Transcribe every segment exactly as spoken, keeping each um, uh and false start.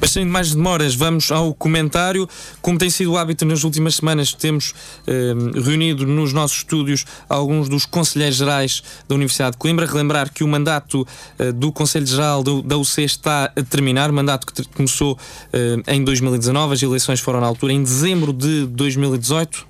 Mas sem mais demoras, vamos ao comentário. Como tem sido o hábito nas últimas semanas, temos eh, reunido nos nossos estúdios alguns dos conselheiros gerais da Universidade de Coimbra. Relembrar que o mandato eh, do Conselho Geral do, da U C está a terminar, mandato que ter, começou eh, em dois mil e dezanove, as eleições foram na altura em dezembro de dois mil e dezoito.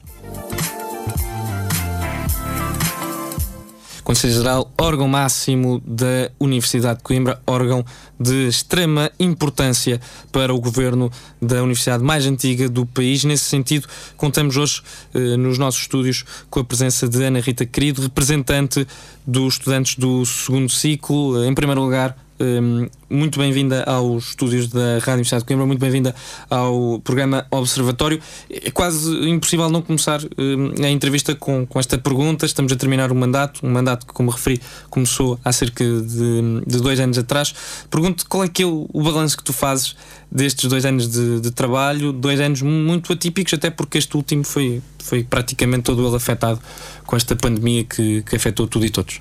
Conselho Geral, órgão máximo da Universidade de Coimbra, órgão de extrema importância para o governo da universidade mais antiga do país. Nesse sentido, contamos hoje eh, nos nossos estúdios com a presença de Ana Rita Querido, representante dos estudantes do segundo ciclo. Em primeiro lugar, Um, muito bem-vinda aos estúdios da Rádio Universidade de Coimbra, muito bem-vinda ao programa Observatório. É quase impossível não começar um, a entrevista com, com esta pergunta. Estamos a terminar o mandato, um mandato que, como referi, começou há cerca de, de dois anos atrás. Pergunto qual é que é o, o balanço que tu fazes destes dois anos de, de trabalho, dois anos muito atípicos, até porque este último foi, foi praticamente todo ele afetado com esta pandemia que, que afetou tudo e todos.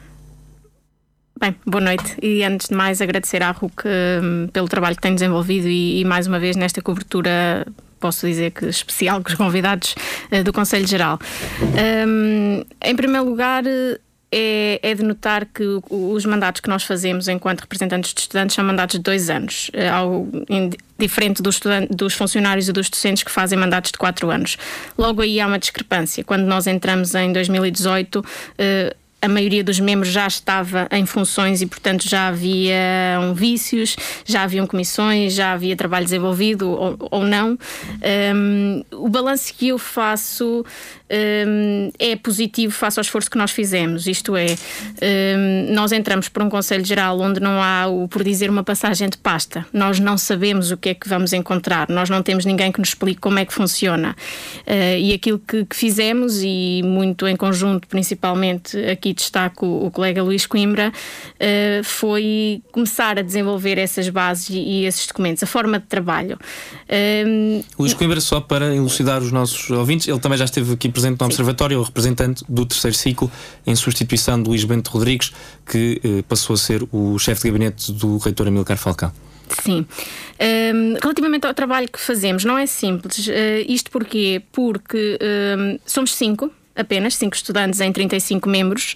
Bem, boa noite e antes de mais agradecer à R U C um, pelo trabalho que tem desenvolvido e, e mais uma vez nesta cobertura, posso dizer que especial, com os convidados uh, do Conselho Geral. Um, em primeiro lugar, é, é de notar que os mandatos que nós fazemos enquanto representantes de estudantes são mandatos de dois anos, uh, ao, in, diferente dos, dos funcionários e dos docentes que fazem mandatos de quatro anos. Logo aí há uma discrepância. Quando nós entramos em dois mil e dezoito, uh, a maioria dos membros já estava em funções e, portanto, já haviam vícios, já haviam comissões, já havia trabalho desenvolvido ou, ou não. Um, o balanço que eu faço um, é positivo face ao esforço que nós fizemos. Isto é, um, nós entramos por um Conselho Geral onde não há, o, por dizer, uma passagem de pasta. Nós não sabemos o que é que vamos encontrar. Nós não temos ninguém que nos explique como é que funciona. Uh, e aquilo que, que fizemos, e muito em conjunto, principalmente aqui destaco o colega Luís Coimbra, uh, foi começar a desenvolver essas bases e, e esses documentos, a forma de trabalho. Um, Luís Coimbra, só para elucidar os nossos ouvintes, ele também já esteve aqui presente no Observatório, é o representante do terceiro ciclo, em substituição de Luís Bento Rodrigues, que uh, passou a ser o chefe de gabinete do reitor Amílcar Falcão. Sim. Um, relativamente ao trabalho que fazemos, não é simples. Uh, isto porquê? Porque um, somos cinco, apenas cinco estudantes em trinta e cinco membros.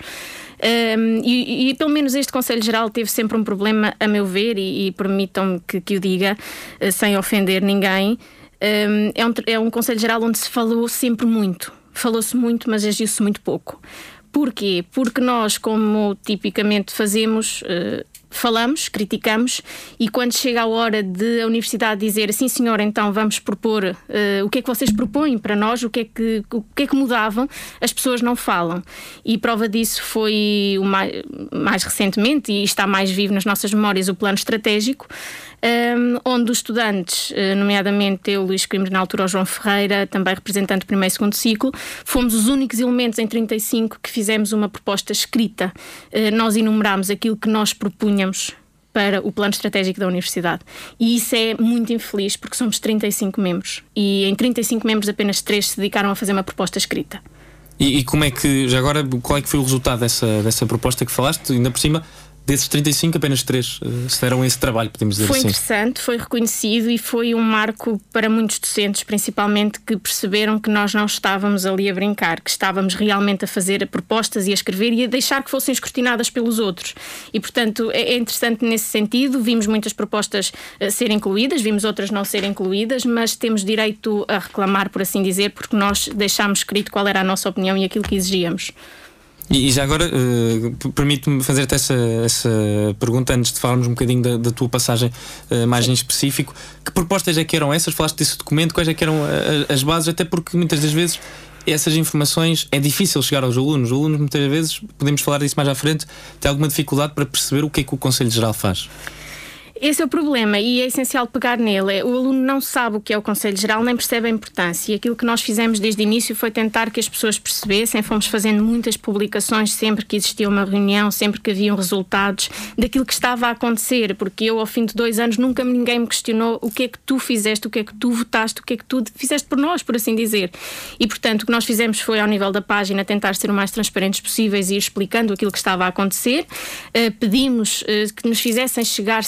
Um, e, e pelo menos este Conselho Geral teve sempre um problema, a meu ver, e, e permitam-me que, que o diga, uh, sem ofender ninguém. Um, é, um, é um Conselho Geral onde se falou sempre muito. Falou-se muito, mas agiu-se muito pouco. Porquê? Porque nós, como tipicamente fazemos, uh, falamos, criticamos, e quando chega a hora de a Universidade dizer sim senhor, então vamos propor uh, o que é que vocês propõem para nós, o que é que, o que é que mudavam, as pessoas não falam. E prova disso foi o mais, mais recentemente, e está mais vivo nas nossas memórias, o plano estratégico, Um, onde os estudantes, nomeadamente eu, Luís Coimbra, na altura o João Ferreira, também representante do primeiro e segundo ciclo, fomos os únicos elementos em trinta e cinco que fizemos uma proposta escrita. Uh, nós enumerámos aquilo que nós propunhamos para o plano estratégico da Universidade. E isso é muito infeliz, porque somos trinta e cinco membros. E em trinta e cinco membros apenas três se dedicaram a fazer uma proposta escrita. E, e como é que, já agora, qual é que foi o resultado dessa, dessa proposta que falaste, ainda por cima? Desses trinta e cinco, apenas três uh, se deram esse trabalho, podemos dizer foi assim. Foi interessante, foi reconhecido e foi um marco para muitos docentes, principalmente, que perceberam que nós não estávamos ali a brincar, que estávamos realmente a fazer propostas e a escrever e a deixar que fossem escrutinadas pelos outros. E, portanto, é interessante nesse sentido. Vimos muitas propostas uh, serem incluídas, vimos outras não serem incluídas, mas temos direito a reclamar, por assim dizer, porque nós deixámos escrito qual era a nossa opinião e aquilo que exigíamos. E, e já agora, uh, permite-me fazer-te essa, essa pergunta antes de falarmos um bocadinho da, da tua passagem uh, mais em específico. Que propostas é que eram essas? Falaste desse documento, quais é que eram a, a, as bases? Até porque muitas das vezes essas informações é difícil chegar aos alunos. Os alunos muitas vezes, podemos falar disso mais à frente, têm alguma dificuldade para perceber o que é que o Conselho Geral faz. Esse é o problema e é essencial pegar nele. O aluno não sabe o que é o Conselho Geral, nem percebe a importância. E aquilo que nós fizemos desde o início foi tentar que as pessoas percebessem. Fomos fazendo muitas publicações sempre que existia uma reunião, sempre que haviam resultados daquilo que estava a acontecer. Porque eu, ao fim de dois anos, nunca ninguém me questionou o que é que tu fizeste, o que é que tu votaste, o que é que tu fizeste por nós, por assim dizer. E, portanto, o que nós fizemos foi, ao nível da página, tentar ser o mais transparentes possíveis e ir explicando aquilo que estava a acontecer. Uh, pedimos uh, que nos fizessem chegar sempre os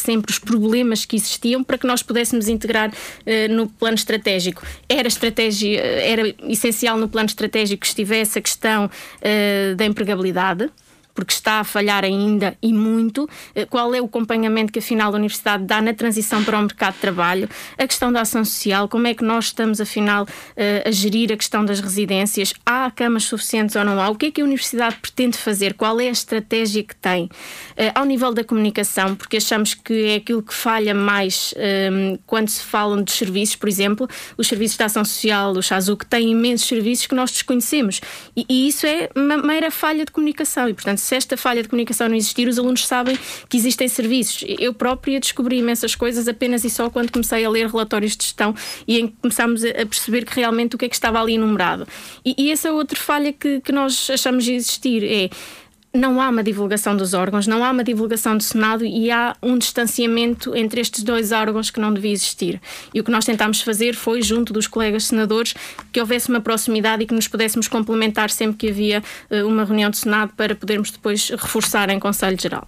problemas que existiam para que nós pudéssemos integrar uh, no plano estratégico. Era, estratégia, era essencial no plano estratégico que estivesse a questão uh, da empregabilidade, porque está a falhar ainda e muito. Qual é o acompanhamento que afinal a Universidade dá na transição para o mercado de trabalho, a questão da ação social, como é que nós estamos afinal a gerir a questão das residências, há camas suficientes ou não há, o que é que a Universidade pretende fazer, qual é a estratégia que tem, ao nível da comunicação, porque achamos que é aquilo que falha mais quando se falam dos serviços, por exemplo, os serviços de ação social, o SASUC, têm imensos serviços que nós desconhecemos e, e isso é uma mera falha de comunicação e, portanto, se esta falha de comunicação não existir, os alunos sabem que existem serviços. Eu própria descobri imensas coisas apenas e só quando comecei a ler relatórios de gestão e em que começámos a perceber que realmente o que é que estava ali enumerado. E, e essa outra falha que, que nós achamos existir é: não há uma divulgação dos órgãos, não há uma divulgação do Senado e há um distanciamento entre estes dois órgãos que não devia existir. E o que nós tentámos fazer foi, junto dos colegas senadores, que houvesse uma proximidade e que nos pudéssemos complementar sempre que havia uh, uma reunião do Senado para podermos depois reforçar em Conselho Geral.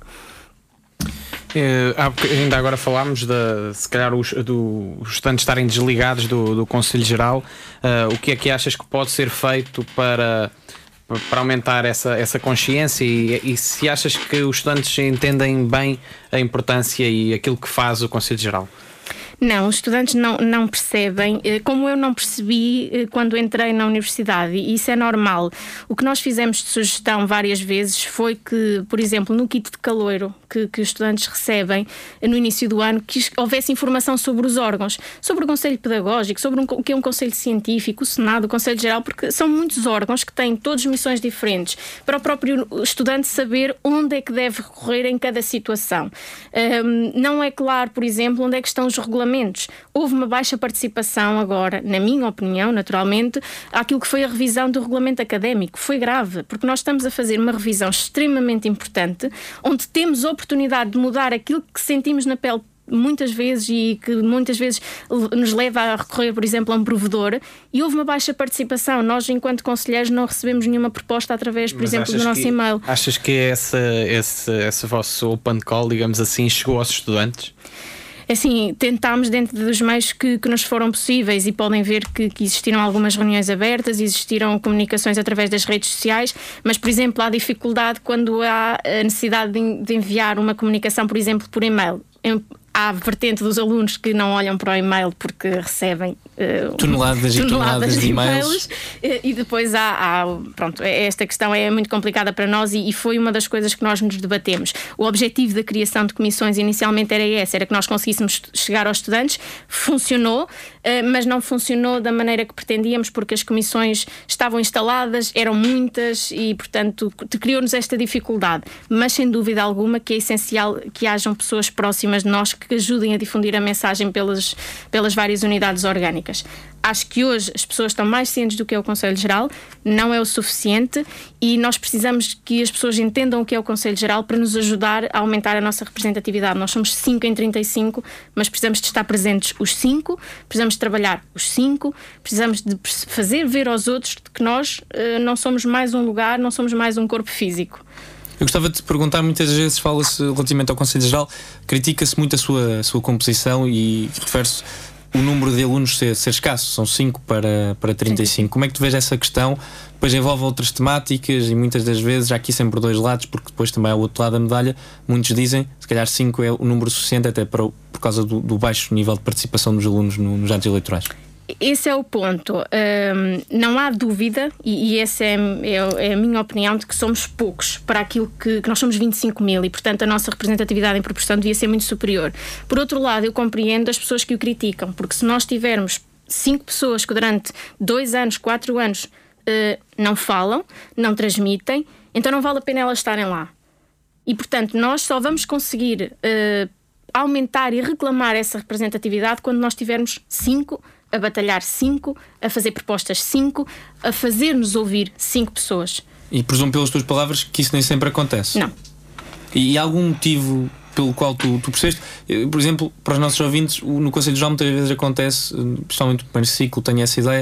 É, ainda agora falámos de, se calhar, os, do, os estudantes estarem desligados do, do Conselho Geral. Uh, o que é que achas que pode ser feito para... para aumentar essa, essa consciência e, e se achas que os estudantes entendem bem a importância e aquilo que faz o Conselho Geral? Não, os estudantes não, não percebem, como eu não percebi quando entrei na universidade, e isso é normal. O que nós fizemos de sugestão várias vezes foi que, por exemplo, no kit de caloiro que, que os estudantes recebem no início do ano, que houvesse informação sobre os órgãos, sobre o Conselho Pedagógico, sobre um, o que é um Conselho Científico, o Senado, o Conselho Geral, porque são muitos órgãos que têm todas missões diferentes, para o próprio estudante saber onde é que deve recorrer em cada situação. Um, não é claro, por exemplo, onde é que estão os regulamentos. Houve uma baixa participação agora, na minha opinião, naturalmente, àquilo que foi a revisão do regulamento académico. Foi grave, porque nós estamos a fazer uma revisão extremamente importante, onde temos a oportunidade de mudar aquilo que sentimos na pele muitas vezes e que muitas vezes nos leva a recorrer, por exemplo, a um provedor, e houve uma baixa participação. Nós, enquanto conselheiros, não recebemos nenhuma proposta através, por Mas exemplo, do nosso que, e-mail. Achas que esse, esse, esse vosso open call, digamos assim, chegou aos estudantes? Assim, tentámos dentro dos meios que, que nos foram possíveis, e podem ver que, que existiram algumas reuniões abertas, existiram comunicações através das redes sociais, mas, por exemplo, há dificuldade quando há a necessidade de, de enviar uma comunicação, por exemplo, por e-mail. Há a vertente dos alunos que não olham para o e-mail porque recebem uh, toneladas e toneladas de e-mails, e depois há, há pronto, esta questão é muito complicada para nós e, e foi uma das coisas que nós nos debatemos. O objetivo da criação de comissões inicialmente era esse, era que nós conseguíssemos chegar aos estudantes. Funcionou, uh, mas não funcionou da maneira que pretendíamos, porque as comissões estavam instaladas, eram muitas e, portanto, criou-nos esta dificuldade. Mas, sem dúvida alguma, que é essencial que hajam pessoas próximas de nós que ajudem a difundir a mensagem pelas, pelas várias unidades orgânicas. Acho que hoje as pessoas estão mais cientes do que é o Conselho Geral, não é o suficiente, e nós precisamos que as pessoas entendam o que é o Conselho Geral para nos ajudar a aumentar a nossa representatividade. Nós somos cinco em trinta e cinco, mas precisamos de estar presentes os cinco, precisamos de trabalhar os cinco, precisamos de fazer ver aos outros que nós uh, não somos mais um lugar, não somos mais um corpo físico. Eu gostava de te perguntar, muitas vezes fala-se relativamente ao Conselho Geral, critica-se muito a sua, a sua composição e refere-se o número de alunos ser, ser escasso, são cinco para, para trinta e cinco. Como é que tu vês essa questão? Depois envolve outras temáticas e muitas das vezes há aqui sempre dois lados, porque depois também há o outro lado da medalha. Muitos dizem, se calhar cinco é o número suficiente até para, por causa do, do baixo nível de participação dos alunos no, nos atos eleitorais. Esse é o ponto. Um, não há dúvida, e, e essa é, é, é a minha opinião, de que somos poucos para aquilo que, que nós somos vinte e cinco mil e, portanto, a nossa representatividade em proporção devia ser muito superior. Por outro lado, eu compreendo as pessoas que o criticam, porque se nós tivermos cinco pessoas que durante dois anos, quatro anos uh, não falam, não transmitem, então não vale a pena elas estarem lá. E, portanto, nós só vamos conseguir uh, aumentar e reclamar essa representatividade quando nós tivermos cinco, a batalhar cinco, a fazer propostas cinco, a fazer-nos ouvir cinco pessoas. E presumo pelas tuas palavras que isso nem sempre acontece. Não. E, e há algum motivo pelo qual tu, tu percebeste? Por exemplo, para os nossos ouvintes, no Conselho Geral muitas vezes acontece, principalmente no primeiro ciclo, tenho essa ideia,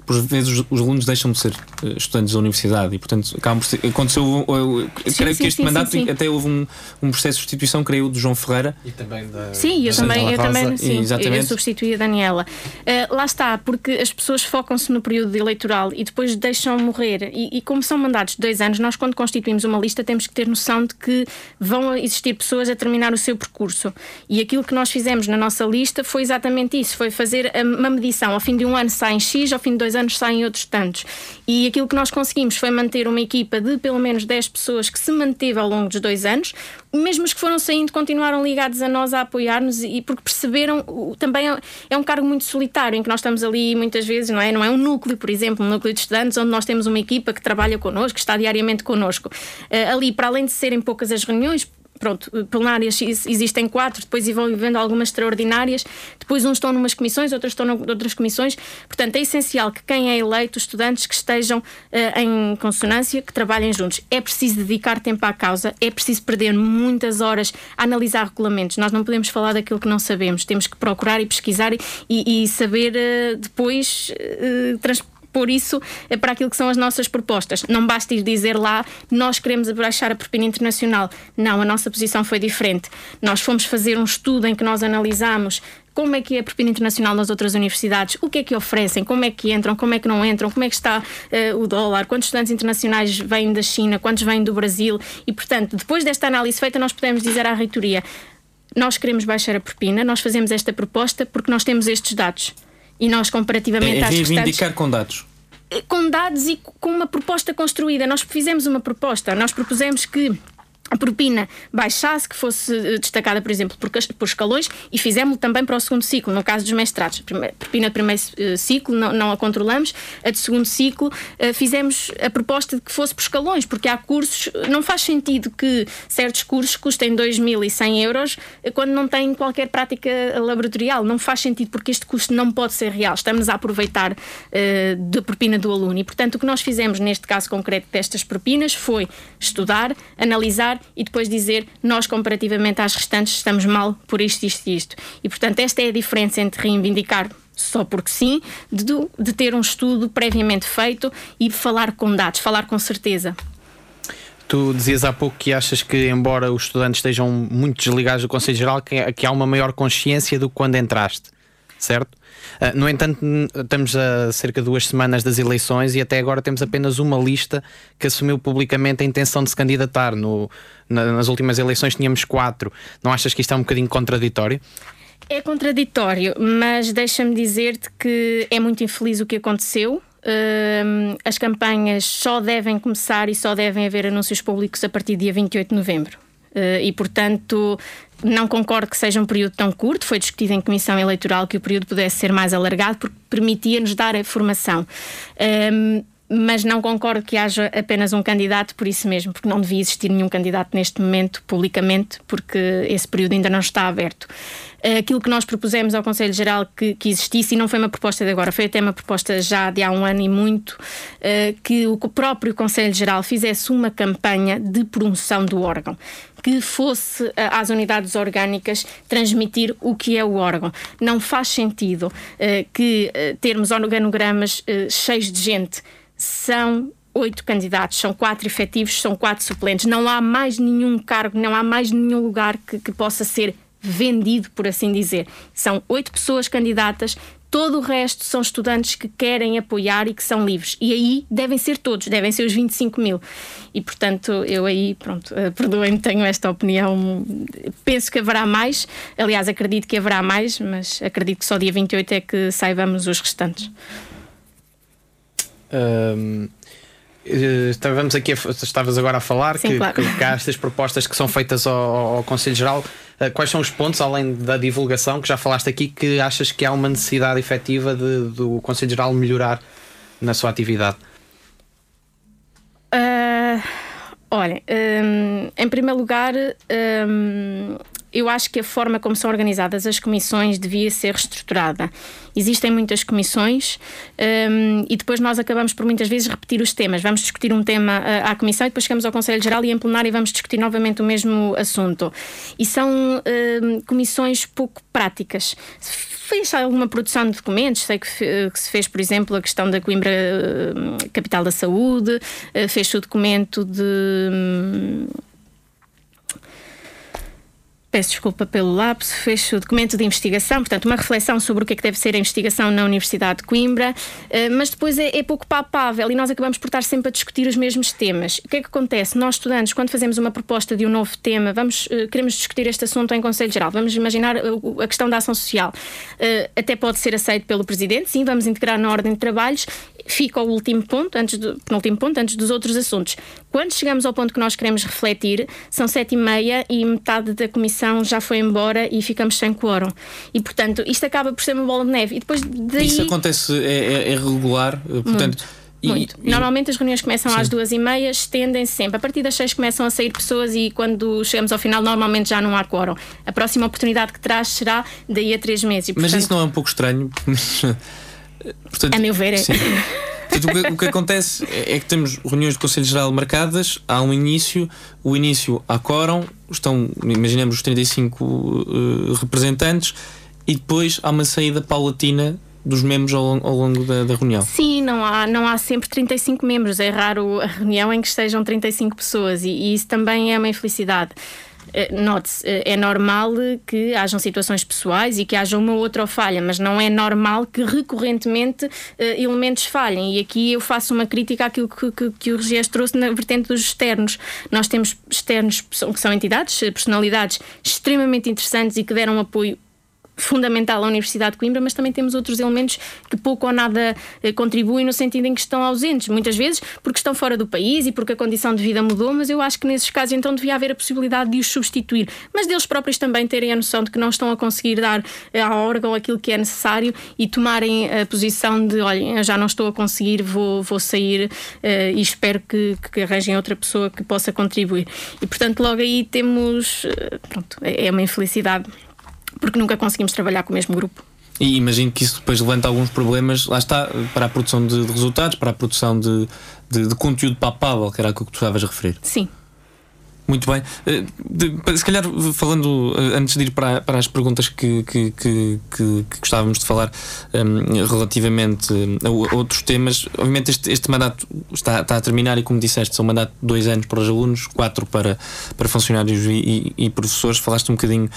por vezes os alunos deixam de ser estudantes da universidade e, portanto, acabam por ser, aconteceu, eu, eu, sim, creio sim, que este sim, mandato sim, sim. até houve um, um processo de substituição, creio, do João Ferreira. E também da Sim, eu da também, eu também sim, exatamente. eu substituí a Daniela. Uh, lá está, porque as pessoas focam-se no período eleitoral e depois deixam morrer. E, e como são mandatos de dois anos, nós, quando constituímos uma lista, temos que ter noção de que vão existir pessoas a terminar o seu percurso. E aquilo que nós fizemos na nossa lista foi exatamente isso, foi fazer uma medição. Ao fim de um ano saem X, ao fim de dois anos saem outros tantos. E aquilo que nós conseguimos foi manter uma equipa de pelo menos dez pessoas que se manteve ao longo dos dois anos. Mesmo os que foram saindo continuaram ligados a nós, a apoiar-nos, e porque perceberam, também é um cargo muito solitário, em que nós estamos ali muitas vezes, não é? Não é um núcleo, por exemplo, um núcleo de estudantes onde nós temos uma equipa que trabalha connosco, que está diariamente connosco. Uh, ali, para além de serem poucas as reuniões, pronto, plenárias existem quatro, depois vão vivendo algumas extraordinárias, depois uns estão numas comissões, outros estão noutras comissões. Portanto, é essencial que quem é eleito, os estudantes que estejam uh, em consonância, que trabalhem juntos. É preciso dedicar tempo à causa, é preciso perder muitas horas a analisar regulamentos. Nós não podemos falar daquilo que não sabemos, temos que procurar e pesquisar e, e saber uh, depois uh, transportar por isso, é para aquilo que são as nossas propostas. Não basta ir dizer lá, nós queremos abaixar a propina internacional. Não, a nossa posição foi diferente. Nós fomos fazer um estudo em que nós analisámos como é que é a propina internacional nas outras universidades, o que é que oferecem, como é que entram, como é que não entram, como é que está uh, o dólar, quantos estudantes internacionais vêm da China, quantos vêm do Brasil. E, portanto, depois desta análise feita, nós podemos dizer à reitoria, nós queremos baixar a propina, nós fazemos esta proposta porque nós temos estes dados. E nós, comparativamente é, é às restantes... reivindicar com dados. Com dados e com uma proposta construída. Nós fizemos uma proposta. Nós propusemos que a propina baixasse, que fosse destacada, por exemplo, por, por escalões, e fizemos também para o segundo ciclo, no caso dos mestrados. A propina de primeiro uh, ciclo não, não a controlamos, a de segundo ciclo uh, fizemos a proposta de que fosse por escalões, porque há cursos, não faz sentido que certos cursos custem dois mil e cem euros quando não têm qualquer prática laboratorial. Não faz sentido, porque este custo não pode ser real. Estamos a aproveitar uh, da propina do aluno. E, portanto, o que nós fizemos neste caso concreto destas propinas foi estudar, analisar e depois dizer, nós comparativamente às restantes estamos mal por isto, isto e isto. E, portanto, esta é a diferença entre reivindicar só porque sim, de, de ter um estudo previamente feito e falar com dados, falar com certeza. Tu dizias há pouco que achas que, embora os estudantes estejam muito desligados do Conselho Geral, que, que há uma maior consciência do que quando entraste, certo? Uh, no entanto, estamos a cerca de duas semanas das eleições e até agora temos apenas uma lista que assumiu publicamente a intenção de se candidatar. No, na, nas últimas eleições tínhamos quatro. Não achas que isto é um bocadinho contraditório? É contraditório, mas deixa-me dizer-te que é muito infeliz o que aconteceu. Uh, as campanhas só devem começar e só devem haver anúncios públicos a partir do dia vinte e oito de novembro. Uh, e, portanto, não concordo que seja um período tão curto. Foi discutido em comissão eleitoral que o período pudesse ser mais alargado porque permitia-nos dar a formação. Um, mas não concordo que haja apenas um candidato por isso mesmo, porque não devia existir nenhum candidato neste momento, publicamente, porque esse período ainda não está aberto. Aquilo que nós propusemos ao Conselho Geral que, que existisse, e não foi uma proposta de agora, foi até uma proposta já de há um ano e muito, que o próprio Conselho Geral fizesse uma campanha de promoção do órgão, que fosse às unidades orgânicas transmitir o que é o órgão. Não faz sentido uh, que uh, termos organogramas uh, cheios de gente. São oito candidatos, são quatro efetivos, são quatro suplentes. Não há mais nenhum cargo, não há mais nenhum lugar que, que possa ser vendido, por assim dizer. São oito pessoas candidatas. Todo o resto são estudantes que querem apoiar e que são livres. E aí devem ser todos, devem ser os vinte e cinco mil. E, portanto, eu aí, pronto, uh, perdoem-me, tenho esta opinião. Penso que haverá mais. Aliás, acredito que haverá mais, mas acredito que só dia vinte e oito é que saibamos os restantes. Um... Estávamos aqui a, estavas agora a falar. Sim, que, claro. que, que há estas propostas que são feitas ao, ao Conselho Geral. Quais são os pontos, além da divulgação, que já falaste aqui, que achas que há uma necessidade efetiva de, do Conselho Geral melhorar na sua atividade? Uh, olha, um, em primeiro lugar, um, eu acho que a forma como são organizadas as comissões devia ser reestruturada. Existem muitas comissões um, e depois nós acabamos por muitas vezes repetir os temas. Vamos discutir um tema uh, à comissão e depois chegamos ao Conselho Geral e em plenário e vamos discutir novamente o mesmo assunto. E são uh, comissões pouco práticas. Fez alguma produção de documentos, sei que, fe, que se fez, por exemplo, a questão da Coimbra uh, Capital da Saúde, uh, fez-se o documento de... Um, Peço desculpa pelo lapso, fez o documento de investigação, portanto, uma reflexão sobre o que é que deve ser a investigação na Universidade de Coimbra, mas depois é, é pouco palpável e nós acabamos por estar sempre a discutir os mesmos temas. O que é que acontece? Nós, estudantes, quando fazemos uma proposta de um novo tema, vamos, queremos discutir este assunto em Conselho Geral, vamos imaginar a questão da ação social. Até pode ser aceito pelo Presidente, sim, vamos integrar na ordem de trabalhos, fica o último ponto, antes do, penúltimo ponto, antes dos outros assuntos. Quando chegamos ao ponto que nós queremos refletir, são sete e meia e metade da comissão já foi embora e ficamos sem quórum. E, portanto, isto acaba por ser uma bola de neve. E depois daí... Isso acontece, é, é regular, portanto... Muito. E, Muito. E... Normalmente as reuniões começam Sim. às duas e meia, estendem-se sempre. A partir das seis começam a sair pessoas e quando chegamos ao final normalmente já não há quórum. A próxima oportunidade que traz será daí a três meses. E, portanto... Mas isso não é um pouco estranho? Portanto, a meu ver é. Sim. Portanto, o, que, o que acontece é que temos reuniões do Conselho Geral marcadas, há um início, o início há quórum, estão, imaginemos, os trinta e cinco uh, representantes e depois há uma saída paulatina dos membros ao, ao longo da, da reunião. Sim, não há, não há sempre trinta e cinco membros, é raro a reunião em que estejam trinta e cinco pessoas e, e isso também é uma infelicidade. Note-se, é normal que hajam situações pessoais e que haja uma ou outra falha, mas não é normal que recorrentemente uh, elementos falhem. E aqui eu faço uma crítica àquilo que, que, que o Regias trouxe na vertente dos externos. Nós temos externos que são entidades, personalidades extremamente interessantes e que deram apoio fundamental à Universidade de Coimbra, mas também temos outros elementos que pouco ou nada eh, contribuem no sentido em que estão ausentes, muitas vezes porque estão fora do país e porque a condição de vida mudou, mas eu acho que nesses casos então devia haver a possibilidade de os substituir, mas deles próprios também terem a noção de que não estão a conseguir dar eh, ao órgão aquilo que é necessário e tomarem a posição de, olhem, eu já não estou a conseguir, vou, vou sair eh, e espero que, que arranjem outra pessoa que possa contribuir. E portanto logo aí temos, eh, pronto, é uma infelicidade porque nunca conseguimos trabalhar com o mesmo grupo. E imagino que isso depois levanta alguns problemas, lá está, para a produção de, de resultados, para a produção de, de, de conteúdo palpável, que era aquilo que tu estavas a referir. Sim. Muito bem. De, se calhar, falando, antes de ir para, para as perguntas que, que, que, que, que gostávamos de falar um, relativamente a outros temas, obviamente este, este mandato está, está a terminar e, como disseste, são um mandato de dois anos para os alunos, quatro para, para funcionários e, e, e professores. Falaste um bocadinho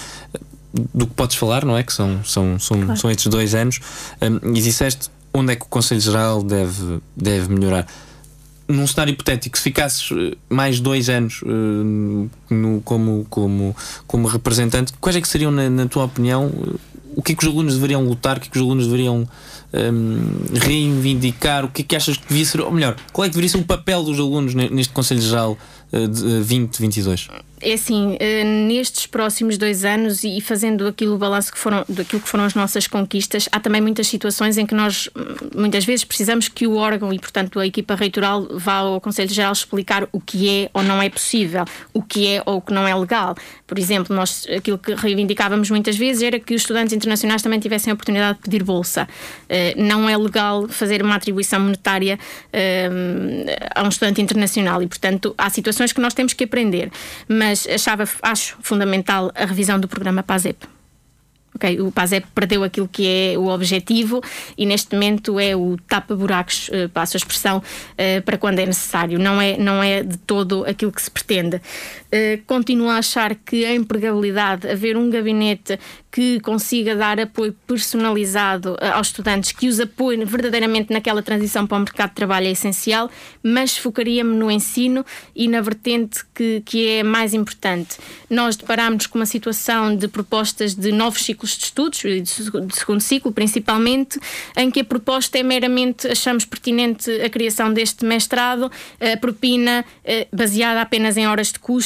do que podes falar, não é? Que são, são, são, claro. são estes dois anos. Um, e disseste onde é que o Conselho Geral deve, deve melhorar. Num cenário hipotético, se ficasses mais dois anos uh, no, como, como, como representante, quais é que seriam, na, na tua opinião, o que é que os alunos deveriam lutar, o que é que os alunos deveriam um, reivindicar, o que é que achas que devia ser, ou melhor, qual é que deveria ser o papel dos alunos neste Conselho Geral uh, de vinte vinte e dois? É assim, nestes próximos dois anos e fazendo aquilo o balanço que foram, daquilo que foram as nossas conquistas, há também muitas situações em que nós muitas vezes precisamos que o órgão e, portanto, a equipa reitoral vá ao Conselho Geral explicar o que é ou não é possível, o que é ou o que não é legal. Por exemplo, nós, aquilo que reivindicávamos muitas vezes era que os estudantes internacionais também tivessem a oportunidade de pedir bolsa. Não é legal fazer uma atribuição monetária a um estudante internacional e, portanto, há situações que nós temos que aprender. Mas achava, acho fundamental a revisão do programa PASEP. Okay, o PASEP perdeu aquilo que é o objetivo e neste momento é o tapa-buracos, uh, passo a expressão, uh, para quando é necessário. Não é, não é de todo aquilo que se pretende. Uh, continuo a achar que a empregabilidade, haver um gabinete que consiga dar apoio personalizado uh, aos estudantes, que os apoie verdadeiramente naquela transição para o mercado de trabalho é essencial, mas focaria-me no ensino e na vertente que, que é mais importante. Nós deparámos com uma situação de propostas de novos ciclos de estudos, de segundo ciclo principalmente, em que a proposta é meramente, achamos pertinente a criação deste mestrado, a propina baseada apenas em horas de custo,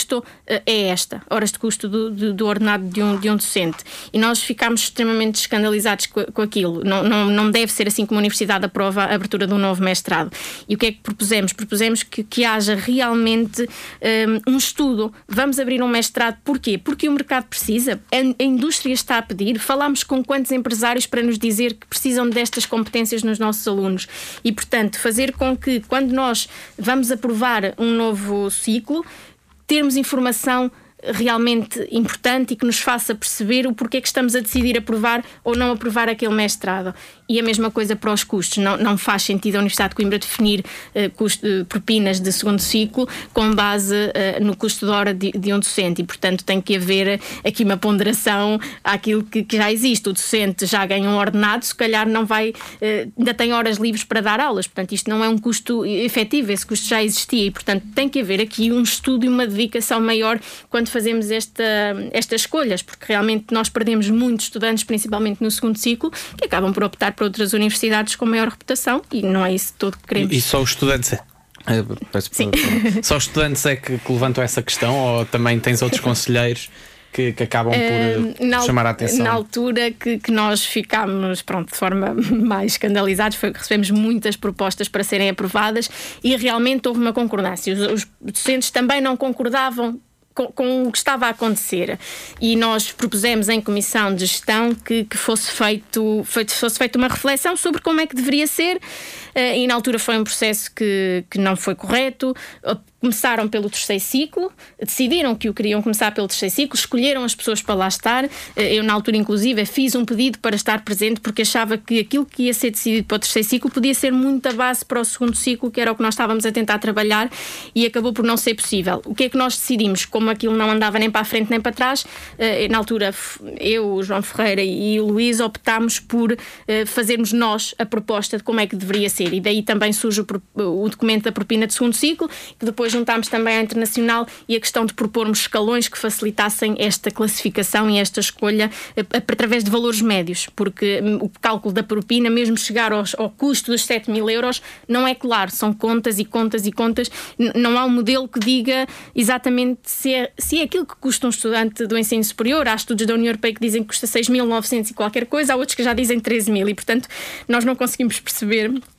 é esta, horas de custo do, do, do ordenado de um, de um docente. E nós ficámos extremamente escandalizados com, com aquilo. Não, não, não deve ser assim como a Universidade aprova a abertura de um novo mestrado. E o que é que propusemos? Propusemos que, que haja realmente um, um estudo. Vamos abrir um mestrado. Porquê? Porque o mercado precisa. A, a indústria está a pedir. Falámos com quantos empresários para nos dizer que precisam destas competências nos nossos alunos. E, portanto, fazer com que, quando nós vamos aprovar um novo ciclo, termos informação realmente importante e que nos faça perceber o porquê que estamos a decidir aprovar ou não aprovar aquele mestrado. E a mesma coisa para os custos. Não, não faz sentido a Universidade de Coimbra definir uh, custo, uh, propinas de segundo ciclo com base uh, no custo de hora de, de um docente. E, portanto, tem que haver aqui uma ponderação àquilo que, que já existe. O docente já ganha um ordenado, se calhar não vai, uh, ainda tem horas livres para dar aulas. Portanto, isto não é um custo efetivo, esse custo já existia. E, portanto, tem que haver aqui um estudo e uma dedicação maior quando fazemos esta, estas escolhas, porque realmente nós perdemos muitos estudantes, principalmente no segundo ciclo, que acabam por optar para outras universidades com maior reputação, e não é isso todo que queremos. E, e só os estudantes é, peço, Sim. só os estudantes é que, que levantam essa questão, ou também tens outros conselheiros que, que acabam por uh, chamar a atenção? Na altura que, que nós ficámos, pronto, de forma mais escandalizados, foi que recebemos muitas propostas para serem aprovadas e realmente houve uma concordância. Os, os docentes também não concordavam Com, com o que estava a acontecer, e nós propusemos em comissão de gestão que, que fosse, feito, feito, fosse feita uma reflexão sobre como é que deveria ser, e na altura foi um processo que, que não foi correto. Começaram pelo terceiro ciclo, decidiram que o queriam começar pelo terceiro ciclo, escolheram as pessoas para lá estar. Eu, na altura, inclusive, fiz um pedido para estar presente porque achava que aquilo que ia ser decidido para o terceiro ciclo podia ser muita base para o segundo ciclo, que era o que nós estávamos a tentar trabalhar, e acabou por não ser possível. O que é que nós decidimos? Como aquilo não andava nem para a frente nem para trás, na altura, eu, o João Ferreira e o Luís optámos por fazermos nós a proposta de como é que deveria ser, e daí também surge o, o documento da propina de segundo ciclo, que depois juntámos também à internacional, e a questão de propormos escalões que facilitassem esta classificação e esta escolha através de valores médios, porque o cálculo da propina, mesmo chegar aos, ao custo dos sete mil euros, não é claro, são contas e contas e contas, não há um modelo que diga exatamente se é, se é aquilo que custa um estudante do ensino superior. Há estudos da União Europeia que dizem que custa seis mil e novecentos e qualquer coisa, há outros que já dizem treze mil, e portanto nós não conseguimos perceber uh,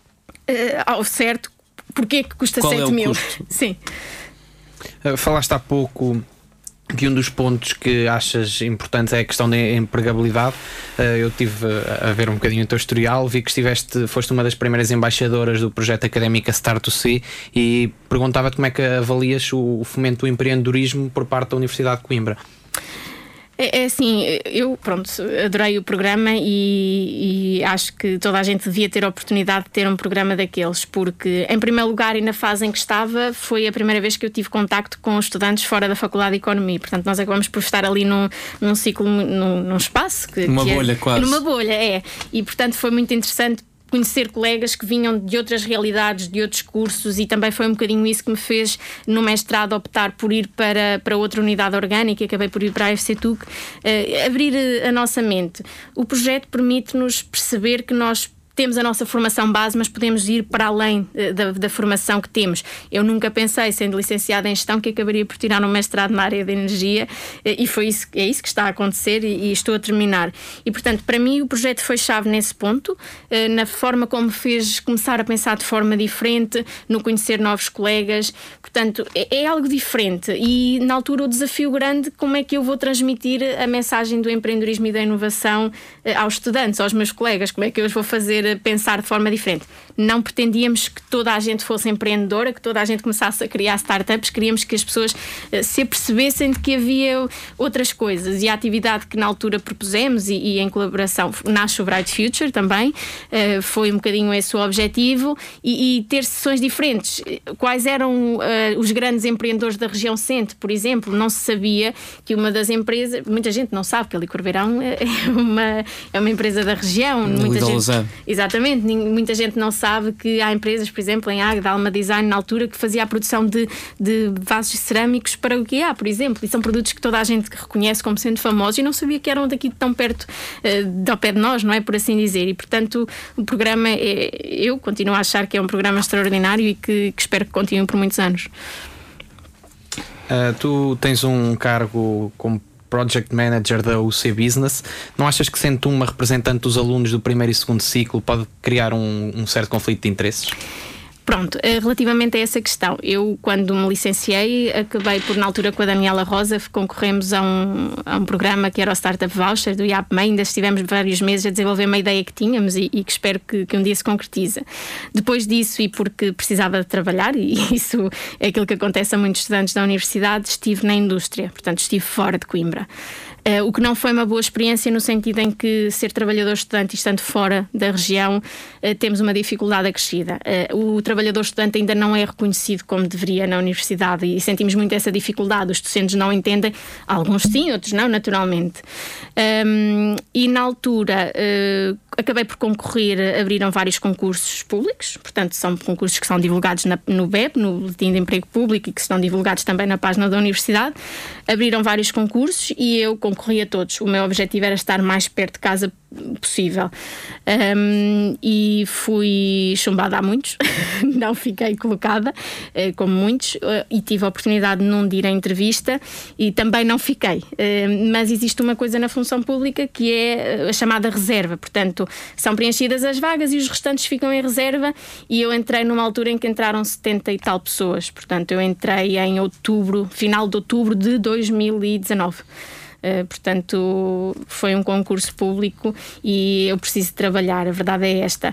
ao certo porquê que custa Qual sete é mil. Custo? Sim. Uh, falaste há pouco que um dos pontos que achas importantes é a questão da empregabilidade. Uh, eu tive a ver um bocadinho o teu historial, vi que estiveste, foste uma das primeiras embaixadoras do projeto académico Start to See, e perguntava-te como é que avalias o fomento do empreendedorismo por parte da Universidade de Coimbra. É, é assim, eu pronto, adorei o programa e, e acho que toda a gente devia ter a oportunidade de ter um programa daqueles, porque em primeiro lugar, e na fase em que estava, foi a primeira vez que eu tive contacto com estudantes fora da Faculdade de Economia. Portanto, nós acabamos por estar ali num, num ciclo, num, num espaço que, numa que bolha é, quase. Numa bolha, é. E portanto foi muito interessante conhecer colegas que vinham de outras realidades, de outros cursos, e também foi um bocadinho isso que me fez no mestrado optar por ir para, para outra unidade orgânica, e acabei por ir para a F C T U C, uh, abrir a nossa mente. O projeto permite-nos perceber que nós temos a nossa formação base, mas podemos ir para além uh, da, da formação que temos. Eu nunca pensei, sendo licenciada em gestão, que acabaria por tirar um mestrado na área de energia, uh, e foi isso, é isso que está a acontecer, e, e estou a terminar. E, portanto, para mim o projeto foi chave nesse ponto, uh, na forma como me fez começar a pensar de forma diferente, no conhecer novos colegas. Portanto, é, é algo diferente, e na altura o desafio grande, como é que eu vou transmitir a mensagem do empreendedorismo e da inovação uh, aos estudantes, aos meus colegas, como é que eu os vou fazer pensar de forma diferente. Não pretendíamos que toda a gente fosse empreendedora, que toda a gente começasse a criar startups, queríamos que as pessoas uh, se apercebessem de que havia outras coisas, e a atividade que na altura propusemos, e, e em colaboração nasce o Bright Future também, uh, foi um bocadinho esse o objetivo, e, e ter sessões diferentes. Quais eram uh, os grandes empreendedores da região centro, por exemplo? Não se sabia que uma das empresas, muita gente não sabe que a Licor Beirão é uma, é uma empresa da região, muita gente, exatamente, muita gente não sabe que há empresas, por exemplo, em Águeda, Alma Design, na altura, que fazia a produção de, de vasos cerâmicos para o que há, por exemplo, e são produtos que toda a gente reconhece como sendo famosos, e não sabia que eram daqui tão perto, uh, ao pé de nós, não é, por assim dizer. E portanto o programa, é, eu continuo a achar que é um programa extraordinário, e que, que espero que continue por muitos anos. Uh, tu tens um cargo como Project Manager da U C Business. Não achas que, sendo uma representante dos alunos do primeiro e segundo ciclo, pode criar um, um certo conflito de interesses? Pronto, relativamente a essa questão, eu quando me licenciei acabei por, na altura com a Daniela Rosa, concorremos a um, a um programa que era o Startup Voucher do I A P M E I, ainda estivemos vários meses a desenvolver uma ideia que tínhamos e, e que espero que, que um dia se concretize. Depois disso, e porque precisava de trabalhar, e isso é aquilo que acontece a muitos estudantes da universidade, estive na indústria, portanto estive fora de Coimbra. Uh, o que não foi uma boa experiência no sentido em que ser trabalhador estudante e estando fora da região uh, temos uma dificuldade acrescida. Uh, o trabalhador estudante ainda não é reconhecido como deveria na universidade e sentimos muito essa dificuldade. Os docentes não entendem, alguns sim, outros não, naturalmente. Um, e na altura uh, acabei por concorrer, abriram vários concursos públicos, portanto são concursos que são divulgados na, no B E P, no Boletim de Emprego Público, e que estão divulgados também na página da universidade. Abriram vários concursos e eu concorri a todos. O meu objetivo era estar mais perto de casa possível. Um, e fui chumbada a muitos, não fiquei colocada, uh, como muitos, uh, e tive a oportunidade de não ir à entrevista e também não fiquei. Uh, mas existe uma coisa na função pública que é a chamada reserva, portanto, são preenchidas as vagas e os restantes ficam em reserva, e eu entrei numa altura em que entraram setenta e tal pessoas, portanto, eu entrei em outubro, final de outubro de dois mil e dezanove. Uh, portanto, foi um concurso público e eu preciso trabalhar, a verdade é esta.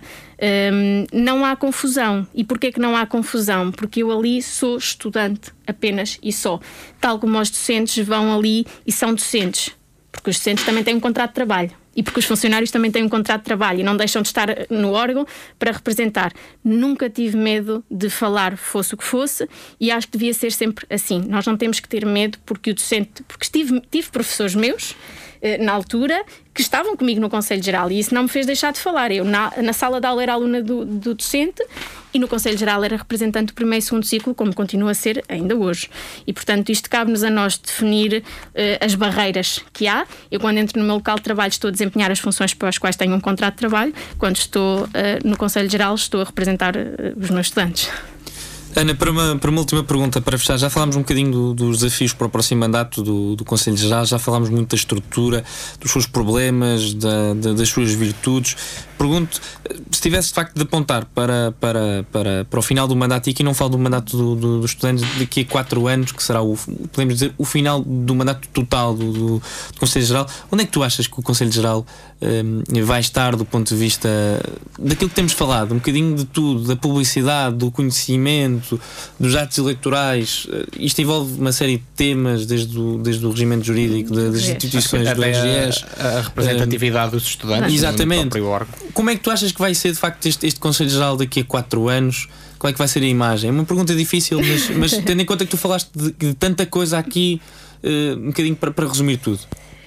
Um, não há confusão. E porquê que não há confusão? Porque eu ali sou estudante apenas e só. Tal como os docentes vão ali e são docentes, porque os docentes também têm um contrato de trabalho. E porque os funcionários também têm um contrato de trabalho e não deixam de estar no órgão para representar. Nunca tive medo de falar, fosse o que fosse, e acho que devia ser sempre assim. Nós não temos que ter medo, porque o docente, porque tive, tive professores meus na altura que estavam comigo no Conselho Geral e isso não me fez deixar de falar. Eu na, na sala de aula era aluna do, do docente e no Conselho Geral era representante do primeiro e segundo ciclo, como continua a ser ainda hoje. E portanto isto cabe-nos a nós definir uh, as barreiras que há. Eu, quando entro no meu local de trabalho, estou a desempenhar as funções para as quais tenho um contrato de trabalho. Quando estou uh, no Conselho Geral, estou a representar uh, os meus estudantes. Ana, para uma, para uma última pergunta, para fechar, já falámos um bocadinho do, dos desafios para o próximo mandato do, do Conselho Geral, já falámos muito da estrutura, dos seus problemas, da, da, das suas virtudes. Pergunto, se tivesse de facto de apontar para, para, para, para o final do mandato, e aqui não falo do mandato do, do, dos estudantes, daqui a quatro anos, que será, o, podemos dizer, o final do mandato total do, do, do Conselho Geral, onde é que tu achas que o Conselho Geral um, vai estar do ponto de vista daquilo que temos falado, um bocadinho de tudo, da publicidade, do conhecimento, dos atos eleitorais? Isto envolve uma série de temas, desde o, desde o regimento jurídico, das instituições do R G S, a, a representatividade um, dos estudantes, exatamente. No próprio órgão. Como é que tu achas que vai ser de facto este, este Conselho Geral daqui a quatro anos? Qual é que vai ser a imagem? É uma pergunta difícil, mas, mas tendo em conta que tu falaste de, de tanta coisa aqui, uh, um bocadinho para, para resumir tudo.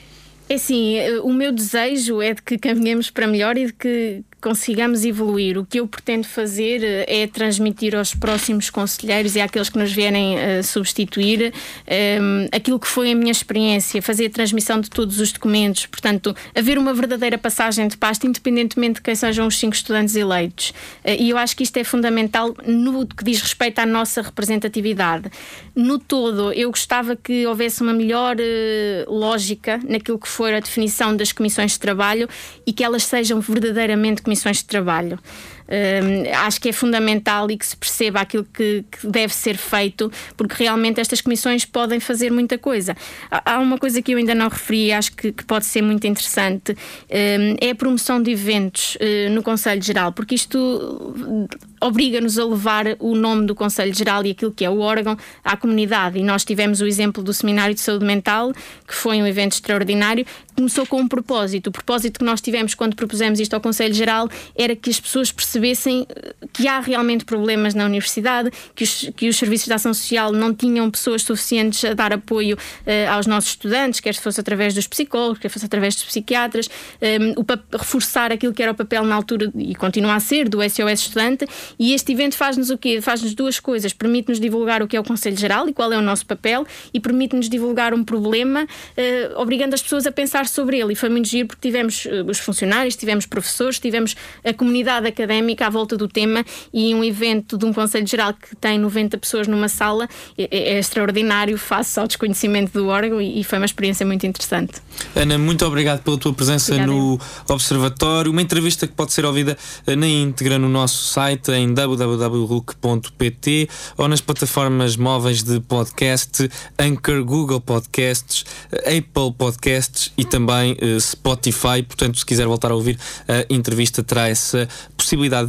É assim, o meu desejo é de que caminhemos para melhor e de que consigamos evoluir. O que eu pretendo fazer é transmitir aos próximos conselheiros e àqueles que nos vierem uh, substituir um, aquilo que foi a minha experiência, fazer a transmissão de todos os documentos, portanto, haver uma verdadeira passagem de pasta, independentemente de quem sejam os cinco estudantes eleitos. Uh, e eu acho que isto é fundamental no que diz respeito à nossa representatividade. No todo, eu gostava que houvesse uma melhor uh, lógica naquilo que for a definição das comissões de trabalho e que elas sejam verdadeiramente comissões de trabalho. Um, acho que é fundamental e que se perceba aquilo que, que deve ser feito, porque realmente estas comissões podem fazer muita coisa. Há, há uma coisa que eu ainda não referi, acho que, que pode ser muito interessante, um, é a promoção de eventos uh, no Conselho Geral, porque isto obriga-nos a levar o nome do Conselho Geral e aquilo que é o órgão à comunidade, e nós tivemos o exemplo do Seminário de Saúde Mental, que foi um evento extraordinário. Começou com um propósito. O propósito que nós tivemos quando propusemos isto ao Conselho Geral era que as pessoas percebessem que há realmente problemas na universidade, que os, que os serviços de ação social não tinham pessoas suficientes a dar apoio uh, aos nossos estudantes, quer fosse através dos psicólogos, quer fosse através dos psiquiatras, um, o, reforçar aquilo que era o papel na altura, e continua a ser, do S O S Estudante. E este evento faz-nos o quê? Faz-nos duas coisas. Permite-nos divulgar o que é o Conselho Geral e qual é o nosso papel, e permite-nos divulgar um problema, uh, obrigando as pessoas a pensar sobre ele. E foi muito giro porque tivemos uh, os funcionários, tivemos professores, tivemos a comunidade académica dinâmica à volta do tema, e um evento de um Conselho Geral que tem noventa pessoas numa sala é, é extraordinário face ao desconhecimento do órgão, e, e foi uma experiência muito interessante. Ana, muito obrigado pela tua presença Obrigada. no Observatório, uma entrevista que pode ser ouvida na íntegra no nosso site em w w w ponto r u c ponto p t ou nas plataformas móveis de podcast, Anchor, Google Podcasts, Apple Podcasts e também uh, Spotify. Portanto, se quiser voltar a ouvir a entrevista, terá essa possibilidade.